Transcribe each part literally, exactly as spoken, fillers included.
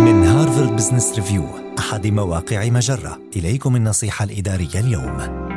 من هارفارد بزنس ريفيو أحد مواقع مجرة، إليكم النصيحة الإدارية اليوم.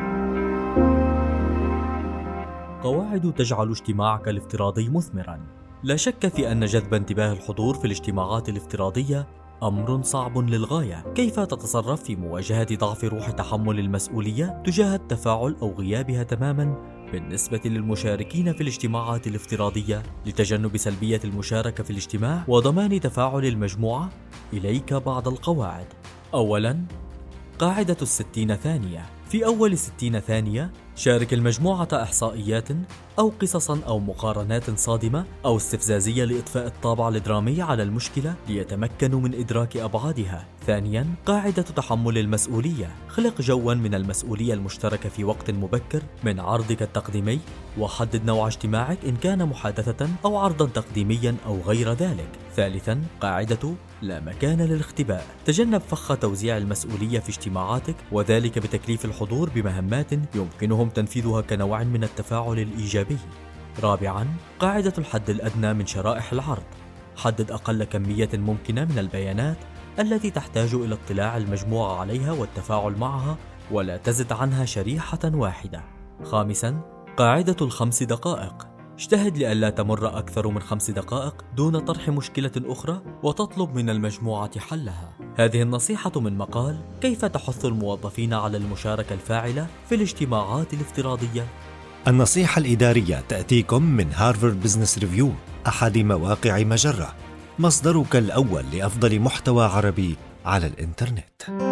قواعد تجعل اجتماعك الافتراضي مثمراً. لا شك في أن جذب انتباه الحضور في الاجتماعات الافتراضية أمر صعب للغاية. كيف تتصرف في مواجهة ضعف روح تحمل المسؤولية تجاه التفاعل أو غيابها تماماً بالنسبة للمشاركين في الاجتماعات الافتراضية لتجنب سلبية المشاركة في الاجتماع وضمان تفاعل المجموعة؟ إليك بعض القواعد. أولاً، قاعدة الستين ثانية. في أول ستين ثانية شارك المجموعة إحصائيات أو قصصاً أو مقارنات صادمة أو استفزازية لإضفاء الطابع الدرامي على المشكلة ليتمكنوا من إدراك أبعادها. ثانياً، قاعدة تحمل المسؤولية. خلق جواً من المسؤولية المشتركة في وقت مبكر من عرضك التقديمي، وحدد نوع اجتماعك إن كان محادثة أو عرضاً تقديمياً أو غير ذلك. ثالثاً، قاعدة لا مكان للاختباء. تجنب فخ توزيع المسؤولية في اجتماعاتك، وذلك بتكليف الحضور بمهمات يمكنهم تنفيذها كنوع من التفاعل الإيجابي. رابعاً، قاعدة الحد الأدنى من شرائح العرض. حدد أقل كمية ممكنة من البيانات التي تحتاج إلى اطلاع المجموعة عليها والتفاعل معها، ولا تزد عنها شريحة واحدة. خامساً، قاعدة الخمس دقائق. اجتهد لئلا تمر أكثر من خمس دقائق دون طرح مشكلة أخرى وتطلب من المجموعة حلها. هذه النصيحة من مقال كيف تحث الموظفين على المشاركة الفاعلة في الاجتماعات الافتراضية. النصيحة الإدارية تأتيكم من هارفارد بزنس ريفيو أحد مواقع مجرة، مصدرك الأول لأفضل محتوى عربي على الإنترنت.